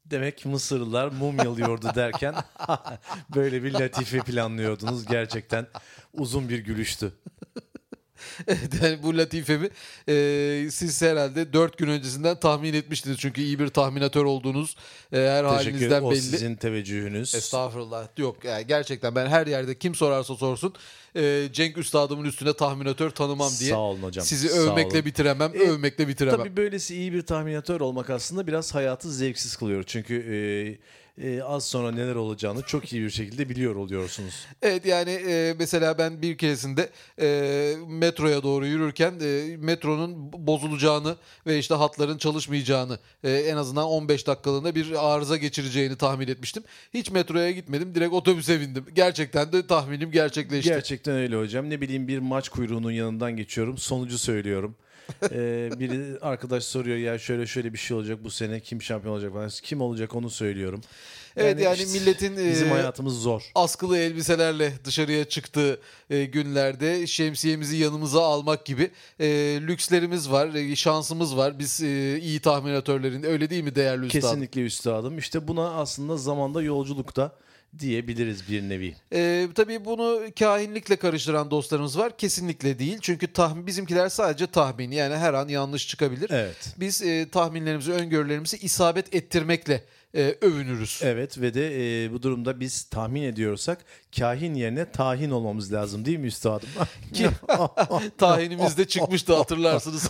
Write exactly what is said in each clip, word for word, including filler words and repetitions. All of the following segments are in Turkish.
Demek ki Mısırlılar mumyalıyordu derken böyle bir latife planlıyordunuz. Gerçekten uzun bir gülüştü. Evet, yani bu latifemi e, siz herhalde dört gün öncesinden tahmin etmiştiniz. Çünkü iyi bir tahminatör olduğunuz e, her halinizden o belli. sizin teveccühünüz. Estağfurullah. Yok yani gerçekten ben her yerde kim sorarsa sorsun e, Cenk Üstadımın üstüne tahminatör tanımam diye. Sağ olun hocam. Sizi Sağ övmekle olun. bitiremem, E, övmekle bitiremem. Tabii böylesi iyi bir tahminatör olmak aslında biraz hayatı zevksiz kılıyor. Çünkü e, e, az sonra neler olacağını çok iyi bir şekilde biliyor oluyorsunuz. Evet yani e, mesela ben bir keresinde e, metroya doğru yürürken e, metronun bozulacağını ve işte hatların çalışmayacağını e, en azından on beş dakikalığına bir arıza geçireceğini tahmin etmiştim. Hiç metroya gitmedim, direkt otobüse bindim. Gerçekten de tahminim gerçekleşti. Gerçekten öyle hocam. Ne bileyim bir maç kuyruğunun yanından geçiyorum, sonucu söylüyorum. ee, biri arkadaş soruyor ya şöyle şöyle bir şey olacak bu sene, kim şampiyon olacak falan. Kim olacak onu söylüyorum. Evet yani işte milletin bizim e, hayatımız zor. Askılı elbiselerle dışarıya çıktığı e, günlerde şemsiyemizi yanımıza almak gibi e, lükslerimiz var, e, şansımız var. Biz e, iyi tahminatörlerin, öyle değil mi değerli üstadım? Kesinlikle üstadım. İşte buna aslında zamanda yolculukta diyebiliriz bir nevi. Ee, tabii bunu kahinlikle karıştıran dostlarımız var. Kesinlikle değil. Çünkü tahmin, bizimkiler sadece tahmin. Yani her an yanlış çıkabilir. Evet. Biz e, tahminlerimizi, öngörülerimizi isabet ettirmekle e, övünürüz. Evet ve de e, bu durumda biz tahmin ediyorsak kahin yerine tahin olmamız lazım değil mi üstadım? Ki tahinimizde çıkmıştı, hatırlarsınız.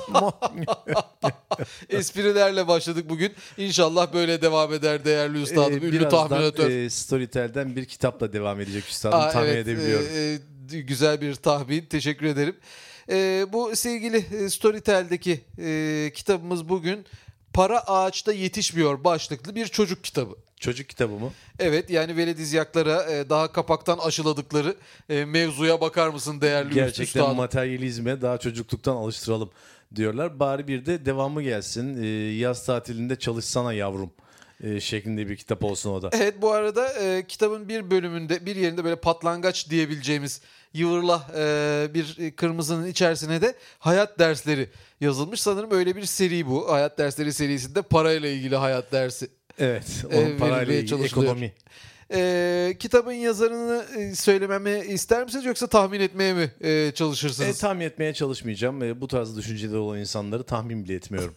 Esprilerle başladık bugün. İnşallah böyle devam eder değerli üstadım. Ee, Ünlü tahminatör. E, Storytel'den bir kitapla devam edecek üstadım. Aa, tahmin evet, edebiliyorum. E, e, güzel bir tahmin. Teşekkür ederim. E, bu sevgili e, Storytel'deki e, kitabımız bugün Para Ağaçta Yetişmiyor başlıklı bir çocuk kitabı. Çocuk kitabı mı? Evet yani veledizyaklara e, daha kapaktan aşıladıkları e, mevzuya bakar mısın değerli Gerçekten üstadım? materyalizme daha çocukluktan alıştıralım diyorlar. Bari bir de devamı gelsin. E, yaz tatilinde çalışsana yavrum e, şeklinde bir kitap olsun o da. Evet bu arada e, kitabın bir bölümünde, bir yerinde böyle patlangaç diyebileceğimiz yıvırla e, bir kırmızının içerisine de hayat dersleri yazılmış. Sanırım öyle bir seri bu. Hayat dersleri serisinde parayla ilgili hayat dersi. Evet, e, onun parayla verilmeye ilgili çalışılıyor. ekonomi. E, kitabın yazarını e, söylememi ister misiniz yoksa tahmin etmeye mi e, çalışırsınız? E, tahmin etmeye çalışmayacağım. E, bu tarz düşünceleri olan insanları tahmin bile etmiyorum.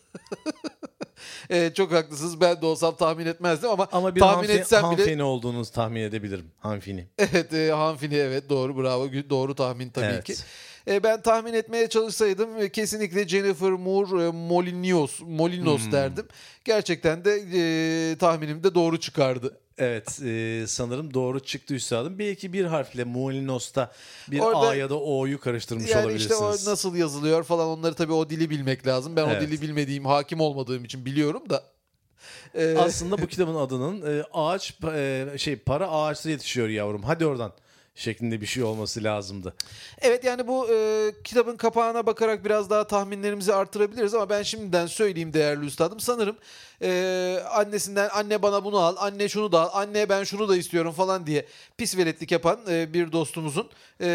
e, çok haklısınız. Ben de olsam tahmin etmezdim ama, Ama bir tahmin hanfi, etsem hanfini bile... olduğunu tahmin edebilirim. Hanfini. Evet e, hanfini, evet doğru, bravo, doğru tahmin tabii Evet. ki. E, ben tahmin etmeye çalışsaydım e, kesinlikle Jennifer Moore e, Molinos, Molinos Hmm. derdim. Gerçekten de e, tahminim de doğru çıkardı. Evet e, sanırım doğru çıktı üstadım. Belki bir harfle Molinos'ta bir Orada- A ya da O'yu karıştırmış Yani olabilirsiniz. işte o nasıl yazılıyor falan, onları tabii o dili bilmek lazım. Ben Evet. o dili bilmediğim, hakim olmadığım için biliyorum da. E, Aslında bu kitabın adının e, ağaç e, şey para ağaçta yetişiyor yavrum. Hadi oradan şeklinde bir şey olması lazımdı. Evet yani bu e, kitabın kapağına bakarak biraz daha tahminlerimizi artırabiliriz ama ben şimdiden söyleyeyim değerli üstadım. Sanırım e, annesinden anne bana bunu al, anne şunu da al, anne ben şunu da istiyorum falan diye pis veletlik yapan e, bir dostumuzun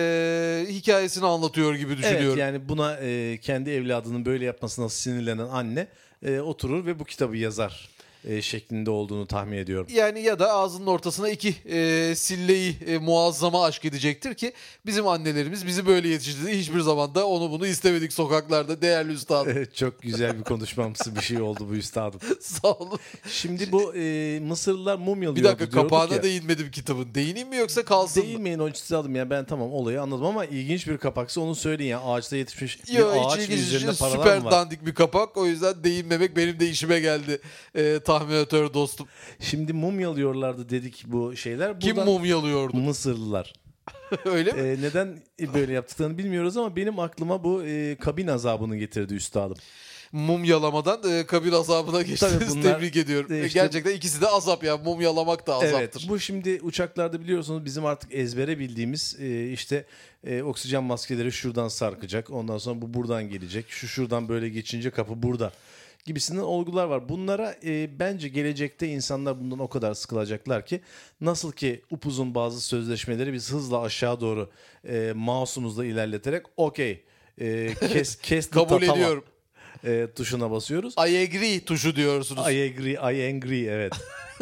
e, hikayesini anlatıyor gibi düşünüyorum. Evet yani buna e, kendi evladının böyle yapmasına sinirlenen anne e, oturur ve bu kitabı yazar e, şeklinde olduğunu tahmin ediyorum. Yani ya da ağzının ortasına iki e, silleyi e, muazzama aşk edecektir ki bizim annelerimiz bizi böyle yetiştirdi. Hiçbir zaman da onu bunu istemedik sokaklarda değerli üstadım. Evet, çok güzel bir konuşmamsı bir şey oldu bu üstadım. Sağ olun. Şimdi bu e, Mısırlılar mumyalıyordu Bir dakika, diyorduk kapağına ya. değinmedim kitabın. Değineyim mi yoksa kalsın mı? Değinmeyin o üstadım ya, ben tamam olayı anladım ama ilginç bir kapaksa onu söyleyin ya. Ağaçta yetişmiş bir Yok ağaç hiç ve ilginç, üzerinde paralar süper mı var? dandik bir kapak, o yüzden değinmemek benim de işime geldi e, tahminatör dostum. Şimdi mumyalıyorlardı dedik bu şeyler. Kim Buradan mumyalıyordu? Mısırlılar. Öyle mi? E, neden böyle yaptıklarını bilmiyoruz ama benim aklıma bu e, kabin azabını getirdi üstadım. Mumyalamadan e, kabir azabına geçtiniz. Tabii bunlar Tebrik ediyorum. de E, işte- Gerçekten ikisi de azap ya. Mumyalamak da azaptır. Evet, bu şimdi uçaklarda biliyorsunuz bizim artık ezbere bildiğimiz e, işte e, oksijen maskeleri şuradan sarkacak. Ondan sonra bu buradan gelecek. Şu şuradan böyle geçince kapı burada gibisinden olgular var. Bunlara e, bence gelecekte insanlar bundan o kadar sıkılacaklar ki, nasıl ki upuzun bazı sözleşmeleri biz hızla aşağı doğru e, mouse'umuzla ilerleterek okey e, kes, kes the Kabul tatava, ediyorum. e, tuşuna basıyoruz. I agree tuşu diyorsunuz. I agree, I angry evet.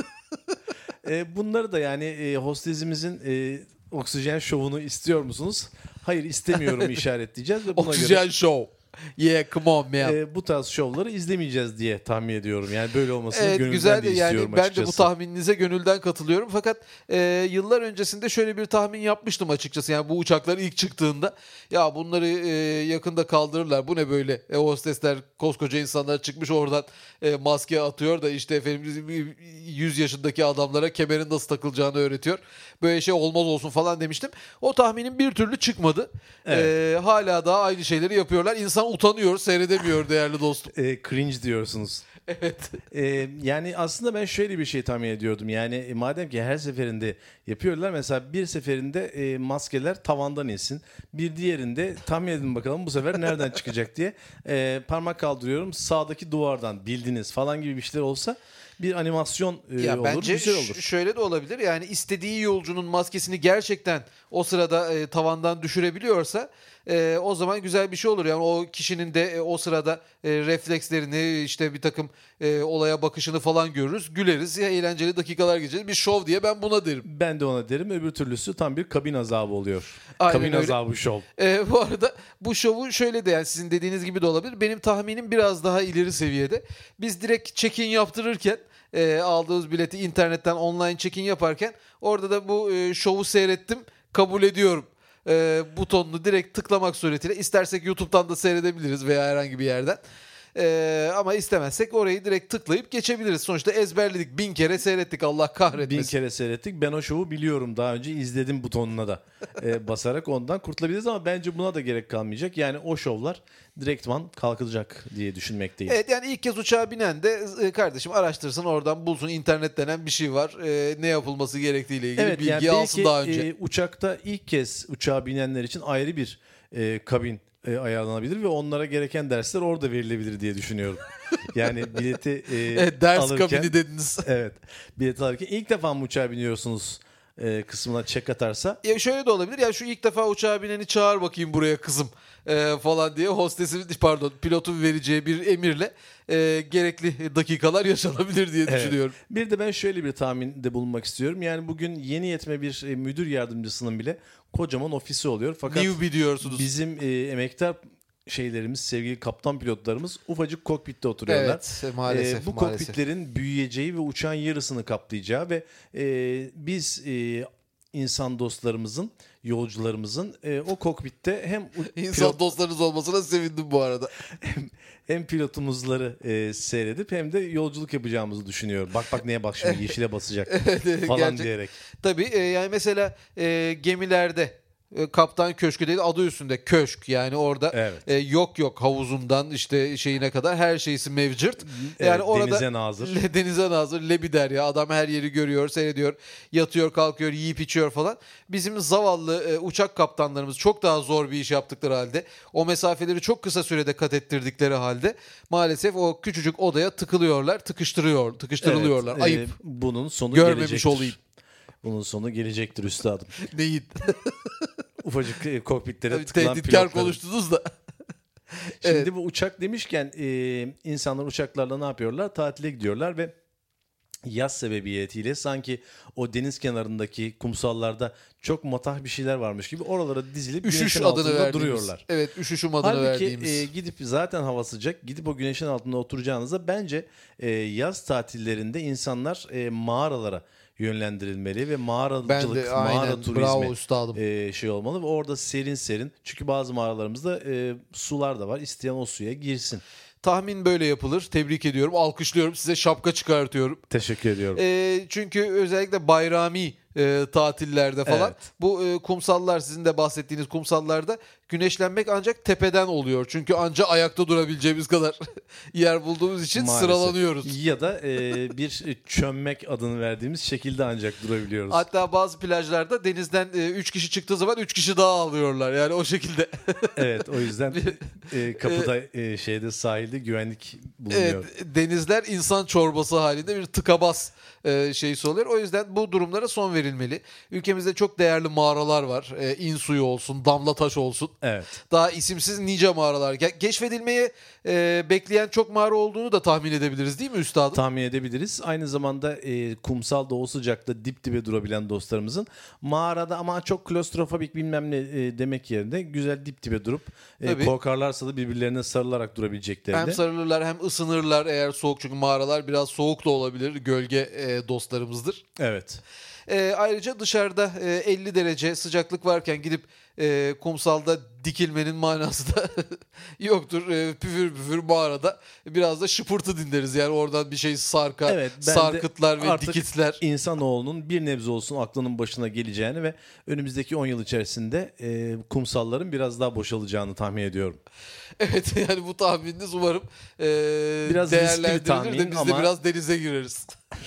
E, bunları da yani e, hostesimizin e, oksijen şovunu istiyor musunuz? Hayır istemiyorum işaretleyeceğiz ve buna Oksijen göre show. Yeah, come on man. e, bu tarz şovları izlemeyeceğiz diye tahmin ediyorum. Yani böyle olmasını Evet, gönülden güzel de de istiyorum yani ben açıkçası. de bu tahmininize gönülden katılıyorum. Fakat e, yıllar öncesinde şöyle bir tahmin yapmıştım açıkçası. Yani bu uçaklar ilk çıktığında ya bunları e, yakında kaldırırlar. Bu ne böyle? E, hostesler koskoca insanlar çıkmış oradan e, maske atıyor da işte efendim yüz yaşındaki adamlara kemerin nasıl takılacağını öğretiyor. Böyle şey olmaz olsun falan demiştim. O tahminim bir türlü çıkmadı. Evet. E, hala daha aynı şeyleri yapıyorlar. İnsan utanıyor, seyredemiyor değerli dostum. E, cringe diyorsunuz. Evet. E, yani aslında ben şöyle bir şey tahmin ediyordum. Yani e, madem ki her seferinde yapıyorlar. Mesela bir seferinde e, maskeler tavandan insin. Bir diğerinde tahmin edin bakalım bu sefer nereden çıkacak diye. E, parmak kaldırıyorum sağdaki duvardan bildiniz falan gibi bir şeyler olsa bir animasyon e, Ya olur, bence güzel ş- olur. şöyle de olabilir. Yani istediği yolcunun maskesini gerçekten o sırada e, tavandan düşürebiliyorsa e, o zaman güzel bir şey olur. Yani o kişinin de e, o sırada e, reflekslerini işte bir takım e, olaya bakışını falan görürüz. Güleriz. Ya, eğlenceli dakikalar geçeceğiz. Bir şov diye ben buna derim. Ben de ona derim. Öbür türlüsü tam bir kabin azabı oluyor. Aynen kabin öyle. azabı şov. E, bu arada bu şovu şöyle de yani sizin dediğiniz gibi de olabilir. Benim tahminim biraz daha ileri seviyede. Biz direkt check-in yaptırırken e, aldığımız bileti internetten online check-in yaparken orada da bu e, şovu seyrettim, kabul ediyorum e, butonunu direkt tıklamak suretiyle istersek YouTube'dan da seyredebiliriz veya herhangi bir yerden. E, ama istemezsek orayı direkt tıklayıp geçebiliriz. Sonuçta ezberledik. Bin kere seyrettik. Allah kahretmesin. Bin kere seyrettik. Ben o şovu biliyorum. Daha önce izledim butonuna da e, basarak ondan kurtulabiliriz ama bence buna da gerek kalmayacak. Yani o şovlar direktman kalkılacak diye düşünmekteyim. Evet yani ilk kez uçağa binen de e, kardeşim araştırsın oradan bulsun internet denen bir şey var. E, ne yapılması gerektiğiyle ilgili Evet, bilgi yani alsın belki daha önce. e, uçakta ilk kez uçağa binenler için ayrı bir e, kabin e, ayarlanabilir ve onlara gereken dersler orada verilebilir diye düşünüyorum. Yani bileti e, Evet, ders alırken, kabini dediniz. evet, bileti alırken ilk defa mı uçağa biniyorsunuz e, kısmına check atarsa Ya şöyle de olabilir. Ya şu ilk defa uçağa bineni çağır bakayım buraya kızım e, falan diye hostesin pardon pilotun vereceği bir emirle e, gerekli dakikalar yaşanabilir diye Evet. düşünüyorum. Bir de ben şöyle bir tahminde bulunmak istiyorum. Yani bugün yeni yetme bir e, müdür yardımcısının bile kocaman ofisi oluyor. Fakat Newbie diyorsunuz. bizim e, emektar şeylerimiz, sevgili kaptan pilotlarımız ufacık kokpitte oturuyorlar. Evet maalesef. E, bu maalesef. kokpitlerin büyüyeceği ve uçağın yarısını kaplayacağı ve e, biz e, insan dostlarımızın, yolcularımızın e, o kokpitte hem u- İnsan pilot, dostlarınız olmasına sevindim bu arada. hem pilotumuzları e, seyredip hem de yolculuk yapacağımızı düşünüyorum. Bak bak neye bak şimdi yeşile basacak falan Gerçek- diyerek. Tabii e, yani mesela e, gemilerde e, kaptan köşkü değil adı üstünde köşk yani orada Evet. e, yok yok havuzundan işte şeyine kadar her şeysi mevcut. Yani Evet, orada denize nazır. Le, denize nazır lebider ya adam her yeri görüyor seyrediyor yatıyor kalkıyor yiyip içiyor falan. Bizim zavallı e, uçak kaptanlarımız çok daha zor bir iş yaptıkları halde o mesafeleri çok kısa sürede kat ettirdikleri halde maalesef o küçücük odaya tıkılıyorlar tıkıştırıyor tıkıştırılıyorlar Evet, ayıp e, bunun sonu Görmemiş gelecektir. olayım. Bunun sonu gelecektir üstadım. değil. Ufacık e, kokpitlere Tabii tıkılan tehditkar pilotların. konuştunuz da. Şimdi Evet. bu uçak demişken e, insanlar uçaklarla ne yapıyorlar? Tatile gidiyorlar ve yaz sebebiyetiyle sanki o deniz kenarındaki kumsallarda çok matah bir şeyler varmış gibi oralara dizilip Üşüş güneşin adını altında verdiğimiz. duruyorlar. Evet, üşüşüm adını Halbuki verdiğimiz. e, gidip zaten hava sıcak gidip o güneşin altında oturacağınıza bence e, yaz tatillerinde insanlar e, mağaralara yönlendirilmeli ve ben mağaracılık, de mağara aynen turizmi bravo üstadım. e, şey olmalı ve orada serin serin çünkü bazı mağaralarımızda e, sular da var. İsteyen o suya girsin. Tahmin böyle yapılır. Tebrik ediyorum. Alkışlıyorum. Size şapka çıkartıyorum. Teşekkür ediyorum. E, çünkü özellikle bayrami e, tatillerde falan Evet. bu e, kumsallar sizin de bahsettiğiniz kumsallarda güneşlenmek ancak tepeden oluyor. Çünkü ancak ayakta durabileceğimiz kadar yer bulduğumuz için Maalesef. sıralanıyoruz. Ya da e, bir çömmek adını verdiğimiz şekilde ancak durabiliyoruz. Hatta bazı plajlarda denizden üç kişi çıktığı zaman üç kişi daha alıyorlar. Yani o şekilde. Evet, o yüzden e, kapıda e, şeyde sahilde güvenlik bulunuyor. Evet, denizler insan çorbası halinde bir tıkabas e, şeysi oluyor. O yüzden bu durumlara son verilmeli. Ülkemizde çok değerli mağaralar var. E, in suyu olsun, damla taş olsun. Evet. Daha isimsiz nice mağaralar. Ge- Keşfedilmeye e, bekleyen çok mağara olduğunu da tahmin edebiliriz değil mi üstadım? Tahmin edebiliriz. Aynı zamanda e, kumsal da o sıcakta dip dibe durabilen dostlarımızın mağarada ama çok klostrofobik bilmem ne e, demek yerine güzel dip dibe durup e, Tabii. korkarlarsa da birbirlerine sarılarak durabileceklerini. Hem sarılırlar hem ısınırlar eğer soğuk, çünkü mağaralar biraz soğuk da olabilir. Gölge e, dostlarımızdır. Evet. E, ayrıca dışarıda e, elli derece sıcaklık varken gidip e, kumsalda dikilmenin manası da yoktur. E, püfür püfür mağarada biraz da şıpırtı dinleriz. Yani oradan bir şey sarkar, Evet, ben de sarkıtlar ve artık dikitler. insanoğlunun bir nebze olsun aklının başına geleceğini ve önümüzdeki on yıl içerisinde e, kumsalların biraz daha boşalacağını tahmin ediyorum. Evet, yani bu tahmininiz umarım e, Biraz riskli bir değerlendirilir tahmin de biz ama- de biraz denize gireriz.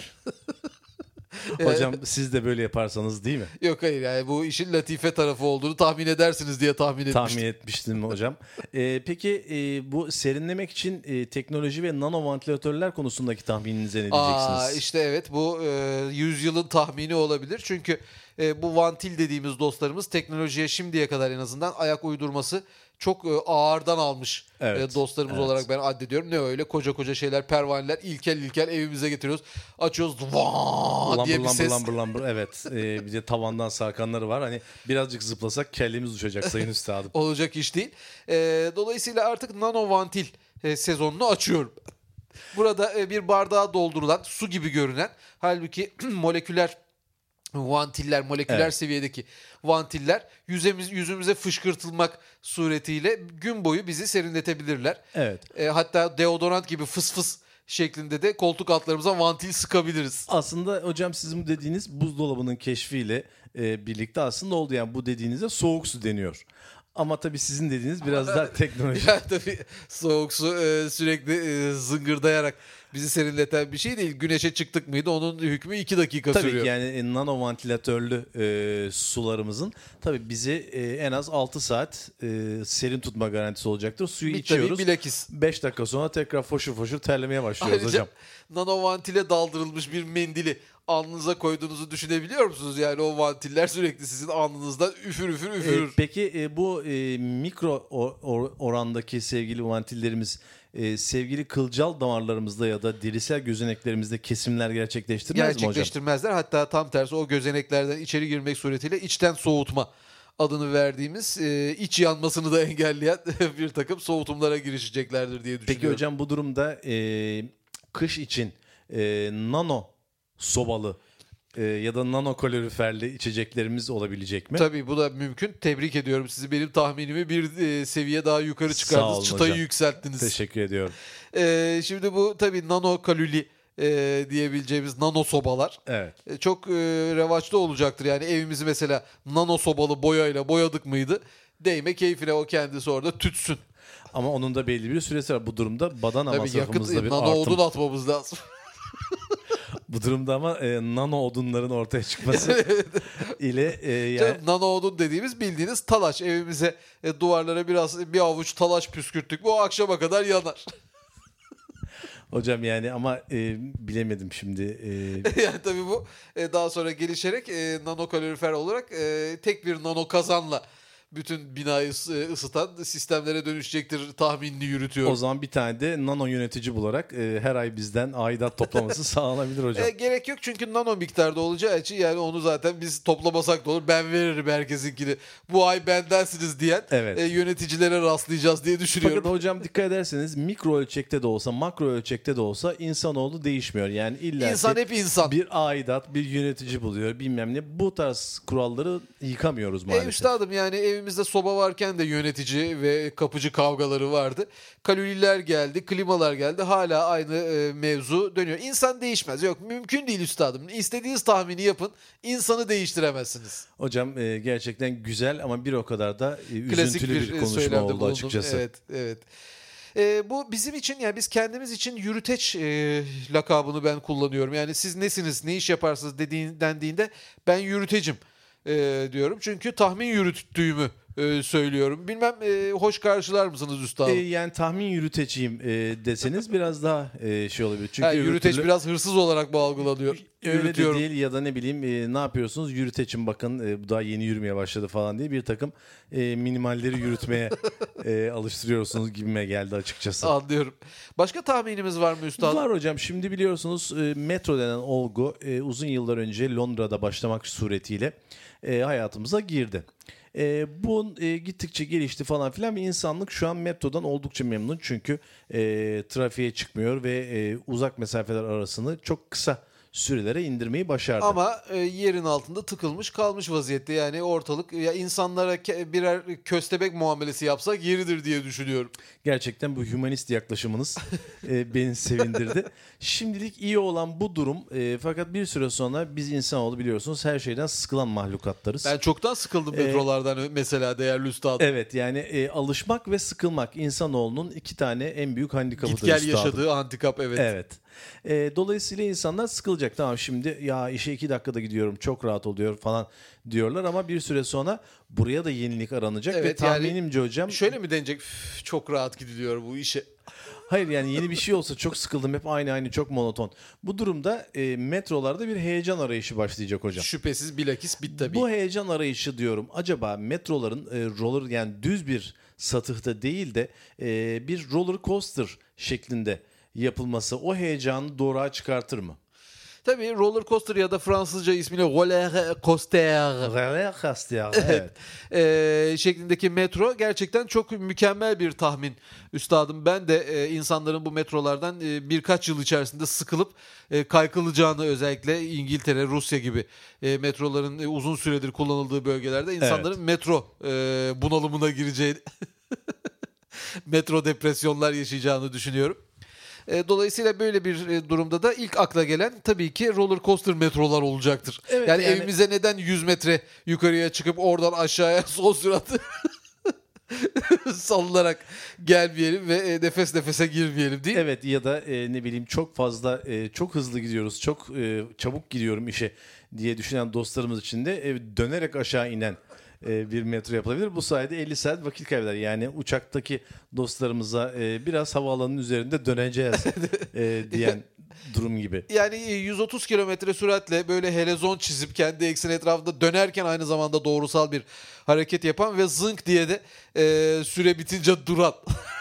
Hocam siz de böyle yaparsanız değil mi? Yok hayır, yani bu işin latife tarafı olduğunu tahmin edersiniz diye tahmin etmiştim. Tahmin etmiştim hocam. Ee, peki e, bu serinlemek için e, teknoloji ve nano vantilatörler konusundaki tahmininize ne diyeceksiniz? Aa, işte evet, bu e, yüzyılın tahmini olabilir. Çünkü e, bu vantil dediğimiz dostlarımız teknolojiye şimdiye kadar en azından ayak uydurması çok e, ağırdan almış Evet, e, dostlarımız evet. olarak ben addediyorum. Ne öyle koca koca şeyler, pervaneler ilkel ilkel evimize getiriyoruz. Açıyoruz, vaa Lambır diye bir lambır ses. lambır lambır evet. Ee, bir de tavandan sarkanları var. Hani birazcık zıplasak kellemiz uçacak sayın üstadım. Olacak iş değil. E, dolayısıyla artık nano vantil e, sezonunu açıyorum. Burada e, bir bardağa doldurulan su gibi görünen, halbuki moleküler vantiller, moleküler Evet. seviyedeki vantiller yüzemiz, yüzümüze fışkırtılmak suretiyle gün boyu bizi serinletebilirler. Evet. E, hatta deodorant gibi fıs fıs şeklinde de koltuk altlarımıza vantil sıkabiliriz. Aslında hocam sizin bu dediğiniz buzdolabının keşfiyle e, birlikte aslında oldu. Yani bu dediğinize soğuk su deniyor. Ama tabii sizin dediğiniz biraz daha teknoloji. Yani tabii soğuk su e, sürekli e, zıngırdayarak bizi serinleten bir şey değil. Güneşe çıktık mıydı onun hükmü iki dakika Tabii sürüyor. ki yani e, nano vantilatörlü e, sularımızın tabii bizi e, en az altı saat e, serin tutma garantisi olacaktır. Suyu Bir içiyoruz. tabii bilakis. beş dakika sonra tekrar foşur foşur terlemeye başlıyoruz Ayrıca hocam. nano vantile daldırılmış bir mendili alnınıza koyduğunuzu düşünebiliyor musunuz? Yani o vantiller sürekli sizin alnınızdan üfür üfür E, üfürür. peki e, bu e, mikro or- or- orandaki sevgili vantillerimiz e, sevgili kılcal damarlarımızda ya da derisel gözeneklerimizde kesimler gerçekleştirmez mi hocam? Gerçekleştirmezler. Hatta tam tersi, o gözeneklerden içeri girmek suretiyle içten soğutma adını verdiğimiz e, iç yanmasını da engelleyen bir takım soğutumlara girişeceklerdir diye düşünüyorum. Peki hocam bu durumda e, kış için e, nano sobalı e, ya da nano kaloriferli içeceklerimiz olabilecek mi? Tabii bu da mümkün. Tebrik ediyorum sizi. Benim tahminimi bir e, seviye daha yukarı Sağ çıkardınız. olun Çıtayı hocam. yükselttiniz. Teşekkür ediyorum. E, şimdi bu tabii nano kalori e, diyebileceğimiz nano sobalar Evet. e, çok e, revaçta olacaktır. Yani evimizi mesela nano sobalı boyayla boyadık mıydı? Değme keyfine, o kendisi orada tütsün. Ama onun da belli bir süresi var. Bu durumda badana Tabii yakıt, masrafımızda bir nano artım. odun atmamız lazım. Bu durumda ama e, nano odunların ortaya çıkması ile e, yani Canım, nano odun dediğimiz bildiğiniz talaş. Evimize e, duvarlara biraz bir avuç talaş püskürttük. Bu akşama kadar yanar. hocam yani ama e, bilemedim şimdi. E, Yani tabii bu e, daha sonra gelişerek e, nano kalorifer olarak e, tek bir nano kazanla bütün binayı ısı- ısıtan sistemlere dönüşecektir tahminini yürütüyorum. o zaman bir tane de nano yönetici bularak e, her ay bizden aidat toplaması sağlanabilir hocam. E, gerek yok çünkü nano miktarda olacağı için, yani onu zaten biz toplamasak da olur. Ben veririm herkesinkini. Bu ay bendensiniz diyen Evet. e, yöneticilere rastlayacağız diye düşünüyorum. Fakat hocam dikkat ederseniz mikro ölçekte de olsa makro ölçekte de olsa insanoğlu değişmiyor. Yani illa İnsan ki hep insan. bir aidat, bir yönetici buluyor bilmem ne. Bu tarz kuralları yıkamıyoruz E maalesef. üstadım, yani evimizde soba varken de yönetici ve kapıcı kavgaları vardı. Kaloriler geldi, klimalar geldi. Hala aynı e, mevzu dönüyor. İnsan değişmez. Yok, mümkün değil üstadım. İstediğiniz tahmini yapın. İnsanı değiştiremezsiniz. Hocam e, gerçekten güzel ama bir o kadar da e, Klasik üzüntülü bir, bir, e, konuşma söylemde oldu bulundum. açıkçası. Evet, evet. E, bu bizim için, yani biz kendimiz için yürüteç e, lakabını ben kullanıyorum. Yani siz nesiniz, ne iş yaparsınız dediğin, dendiğinde ben yürütecim e, diyorum. Çünkü tahmin yürüttüğümü e, söylüyorum. Bilmem e, hoş karşılar mısınız üstadım? E, yani tahmin yürüteciyim e, deseniz biraz daha e, şey olabilir. Çünkü Ha, yürüteç türlü... biraz hırsız olarak mı algılanıyor? Öyle de değil ya da ne bileyim e, ne yapıyorsunuz? Yürüteçin bakın e, bu daha yeni yürümeye başladı falan diye bir takım e, minimalleri yürütmeye e, alıştırıyorsunuz gibime geldi açıkçası. Anlıyorum. Başka tahminimiz var mı üstadım? Var hocam. Şimdi biliyorsunuz e, metro denen olgu e, uzun yıllar önce Londra'da başlamak suretiyle e, hayatımıza girdi. E, bu e, gittikçe gelişti falan filan ve insanlık şu an metrodan oldukça memnun. Çünkü e, trafiğe çıkmıyor ve e, uzak mesafeler arasını çok kısa sürelere indirmeyi başardı. Ama e, yerin altında tıkılmış kalmış vaziyette. Yani ortalık ya insanlara ke- birer köstebek muamelesi yapsak yeridir diye düşünüyorum. Gerçekten bu hümanist yaklaşımınız e, beni sevindirdi. Şimdilik iyi olan bu durum e, fakat bir süre sonra biz insanoğlu biliyorsunuz her şeyden sıkılan mahlukatlarız. Ben çoktan sıkıldım Ee, metrolardan mesela değerli üstadım. Evet yani e, alışmak ve sıkılmak insanoğlunun iki tane en büyük handikapıdır. Git gel üstadım. yaşadığı handikap evet. Evet. E, dolayısıyla insanlar sıkılacak. Tamam şimdi ya işe iki dakikada gidiyorum çok rahat oluyor falan diyorlar ama bir süre sonra buraya da yenilik aranacak Evet, ve yani tahminimce hocam. Şöyle mi denecek? "Üf, çok rahat gidiliyor bu işe." Hayır yani yeni bir şey olsa çok sıkıldım hep aynı aynı çok monoton. Bu durumda e, metrolarda bir heyecan arayışı başlayacak hocam. Şüphesiz bilakis bit tabii. Bu heyecan arayışı diyorum acaba metroların e, roller yani düz bir satıhta değil de e, bir roller coaster şeklinde yapılması o heyecanı doğruğa çıkartır mı? Tabii roller coaster ya da Fransızca ismiyle roller coaster Roller coaster, evet. e, şeklindeki metro gerçekten çok mükemmel bir tahmin üstadım. Ben de e, insanların bu metrolardan e, birkaç yıl içerisinde sıkılıp e, kaykılacağını özellikle İngiltere, Rusya gibi e, metroların e, uzun süredir kullanıldığı bölgelerde insanların Evet. metro e, bunalımına gireceğini metro depresyonlar yaşayacağını düşünüyorum. E, Dolayısıyla böyle bir e, durumda da ilk akla gelen tabii ki roller coaster metrolar olacaktır. Evet, yani, yani- evimize neden yüz metre yukarıya çıkıp oradan aşağıya son süratı sallarak gelmeyelim ve e, nefes nefese girmeyelim değil mi? Evet ya da e, ne bileyim çok fazla e, çok hızlı gidiyoruz çok e, çabuk gidiyorum işe diye düşünen dostlarımız için de e, dönerek aşağı inen e, bir metro yapılabilir. Bu sayede elli saat vakit kaybeder. Yani uçaktaki dostlarımıza e, biraz havaalanının üzerinde döneceğiz e, diyen durum gibi. Yani yüz otuz kilometre süratle böyle helezon çizip kendi ekseni etrafında dönerken aynı zamanda doğrusal bir hareket yapan ve zınk diye de e, süre bitince duran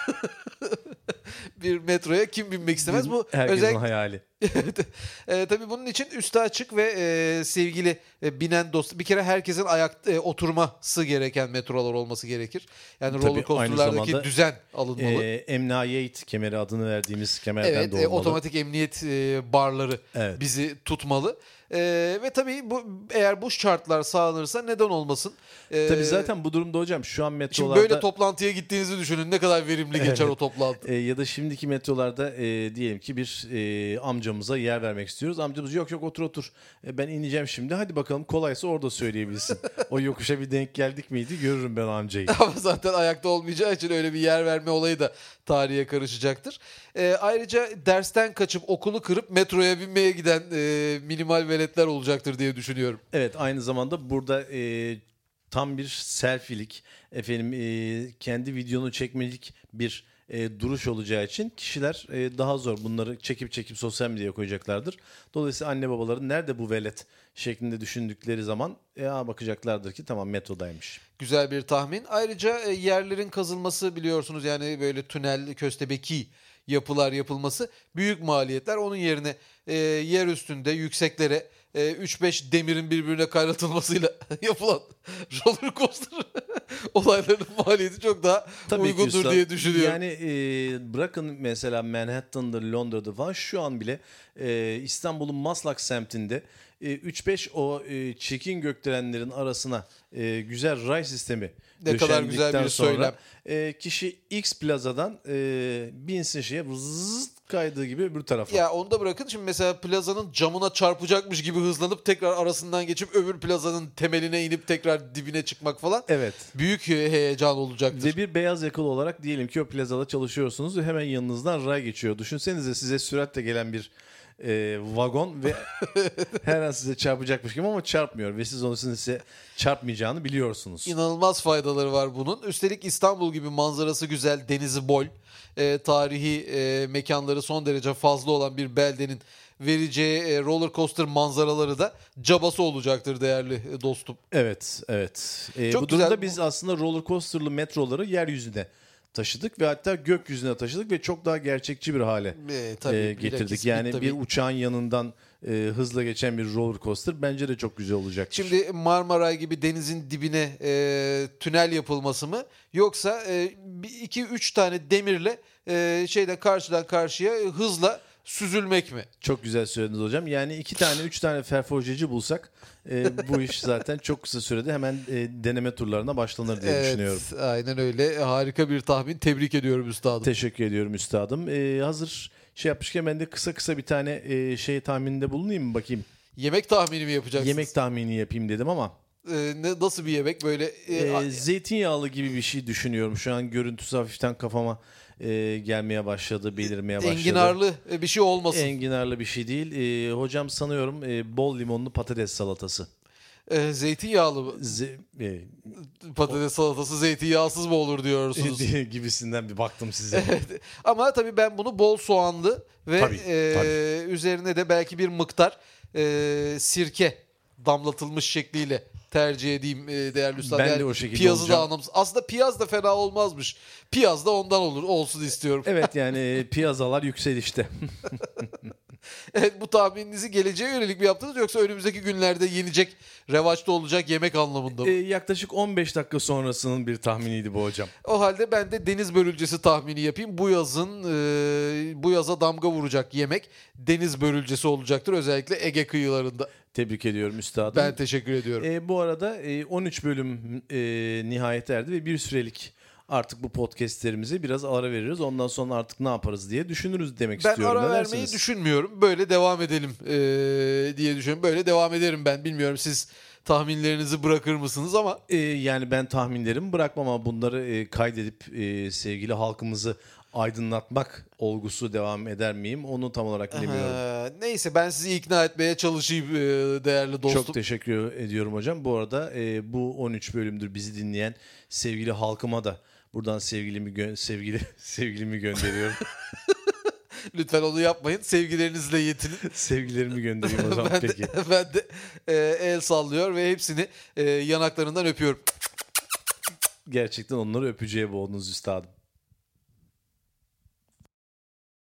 bir metroya kim binmek istemez? Bu Herkesin özellikle hayali. Evet. E, tabii bunun için üstü açık ve e, sevgili e, binen dost. Bir kere herkesin ayak e, oturması gereken metrolar olması gerekir. Yani Tabii, roller aynı coaster'lardaki zamanda, düzen alınmalı. E, emniyet kemeri adını verdiğimiz kemerden Evet, de e, olmalı. otomatik emniyet e, barları Evet. bizi tutmalı. E, ve tabii bu eğer bu şartlar sağlanırsa neden olmasın? E, Tabii zaten bu durumda hocam şu an Şimdi metrolarda... böyle toplantıya gittiğinizi düşünün. Ne kadar verimli geçer Evet. o toplantı. E, ya da şimdiki metrolarda e, diyelim ki bir e, amcamıza yer vermek istiyoruz. Amcamız yok yok otur otur E, ben ineceğim şimdi hadi bakalım kolaysa orada söyleyebilsin. O yokuşa bir denk geldik miydi görürüm ben amcayı. Ama zaten ayakta olmayacağı için öyle bir yer verme olayı da tarihe karışacaktır. Ee, ayrıca dersten kaçıp okulu kırıp metroya binmeye giden e, minimal veletler olacaktır diye düşünüyorum. Evet aynı zamanda burada e, tam bir selfie'lik efendim e, kendi videonu çekmelik bir e, duruş olacağı için kişiler e, daha zor bunları çekip çekip sosyal medyaya koyacaklardır. Dolayısıyla anne babaların nerede bu velet şeklinde düşündükleri zaman e, aa, bakacaklardır ki tamam metrodaymış. Güzel bir tahmin. Ayrıca e, yerlerin kazılması biliyorsunuz yani böyle tünel, köstebeki yapılar yapılması büyük maliyetler. Onun yerine e, yer üstünde yükseklere e, üç beş demirin birbirine kaynatılmasıyla yapılan roller coaster olaylarının maliyeti çok daha Tabii ki uygundur üstad. diye düşünüyorum. Yani e, bırakın mesela Manhattan'da, Londra'da falan şu an bile e, İstanbul'un Maslak semtinde e, üç beş o e, çirkin gökdelenlerin arasına e, güzel ray sistemi Ne kadar güzel döşendikten bir sonra, söylem. e, kişi X plazadan e, binsin şeye zızt kaydığı gibi öbür tarafa. Ya onu da bırakın şimdi mesela plazanın camına çarpacakmış gibi hızlanıp tekrar arasından geçip öbür plazanın temeline inip tekrar dibine çıkmak falan Evet. büyük he- heyecan olacaktır. Ve bir beyaz yakalı olarak diyelim ki o plazada çalışıyorsunuz ve hemen yanınızdan ray geçiyor. Düşünsenize size süratle gelen bir e, vagon ve her an size çarpacakmış gibi ama çarpmıyor ve siz onun size çarpmayacağını biliyorsunuz. İnanılmaz faydaları var bunun. Üstelik İstanbul gibi manzarası güzel, denizi bol, e, tarihi e, mekanları son derece fazla olan bir beldenin vereceği e, roller coaster manzaraları da cabası olacaktır değerli e, dostum. Evet, evet. E, Çok bu durumda güzel. biz aslında roller coaster'lı metroları yeryüzüne taşıdık ve hatta gökyüzüne taşıdık ve çok daha gerçekçi bir hale E, tabii, e, getirdik. bilakis, Yani tabii. bir uçağın yanından e, hızla geçen bir roller coaster bence de çok güzel olacak. Şimdi Marmaray gibi denizin dibine e, tünel yapılması mı, yoksa e, iki üç tane demirle e, şeyden karşıdan karşıya e, hızla süzülmek mi? Çok güzel söylediniz hocam. Yani iki tane, üç tane ferforjeci bulsak e, bu iş zaten çok kısa sürede hemen e, deneme turlarına başlanır diye Evet, düşünüyorum. aynen öyle. Harika bir tahmin. Tebrik ediyorum üstadım. Teşekkür ediyorum üstadım. E, hazır şey yapmışken ben de kısa kısa bir tane e, şey tahmininde bulunayım mı bakayım. Yemek tahmini mi yapacaksınız? Yemek tahmini yapayım dedim ama. Ee, ne, nasıl bir yemek? Böyle e, E, a- zeytinyağlı gibi bir şey düşünüyorum. Şu an görüntüsü hafiften kafama e, gelmeye başladı, belirmeye başladı. enginarlı bir şey olmasın. Enginarlı bir şey değil. E, hocam sanıyorum e, bol limonlu patates salatası. Ee, zeytinyağlı mı? Z- e, Patates salatası zeytinyağsız mı olur diyorsunuz? gibisinden bir baktım size. Evet. Ama tabii ben bunu bol soğanlı ve Tabii, e, tabii. üzerine de belki bir miktar e, sirke damlatılmış şekliyle tercih edeyim e, değerli üstad. Ben de Yani o şekilde piyazı olacağım. da anlamsız. Aslında piyaz da fena olmazmış. Piyaz da ondan olur. Olsun istiyorum. Evet yani e, piyazalar yükselişte. Evet, bu tahmininizi geleceğe yönelik mi yaptınız, yoksa önümüzdeki günlerde yenecek, revaçta olacak yemek anlamında mı? E, yaklaşık on beş dakika sonrasının bir tahminiydi bu hocam. O halde ben de deniz börülcesi tahmini yapayım. Bu yazın e, bu yaza damga vuracak yemek deniz börülcesi olacaktır. Özellikle Ege kıyılarında. Tebrik ediyorum üstadım. Ben teşekkür ediyorum. E, bu arada e, on üç bölüm e, nihayet erdi ve bir sürelik artık bu podcastlerimize biraz ara veriyoruz. Ondan sonra artık ne yaparız diye düşünürüz demek Ben istiyorum. ara Ne vermeyi dersiniz? düşünmüyorum. Böyle devam edelim e, diye düşünüyorum. Böyle devam ederim ben. Bilmiyorum, siz tahminlerinizi bırakır mısınız ama E, yani ben tahminlerimi bırakmam ama bunları e, kaydedip e, sevgili halkımızı aydınlatmak olgusu devam eder miyim? Onu tam olarak bilemiyorum. e, neyse, ben sizi ikna etmeye çalışayım e, değerli dostum. Çok teşekkür ediyorum hocam. Bu arada e, bu on üç bölümdür bizi dinleyen sevgili halkıma da buradan sevgilimi gö- sevgili sevgilimi gönderiyorum. Lütfen onu yapmayın. Sevgilerinizle yetinin. Sevgilerimi göndereyim o zaman ben peki. de, ben de e, el sallıyor ve hepsini e, yanaklarından öpüyorum. Gerçekten onları öpücüğe boğdunuz üstadım.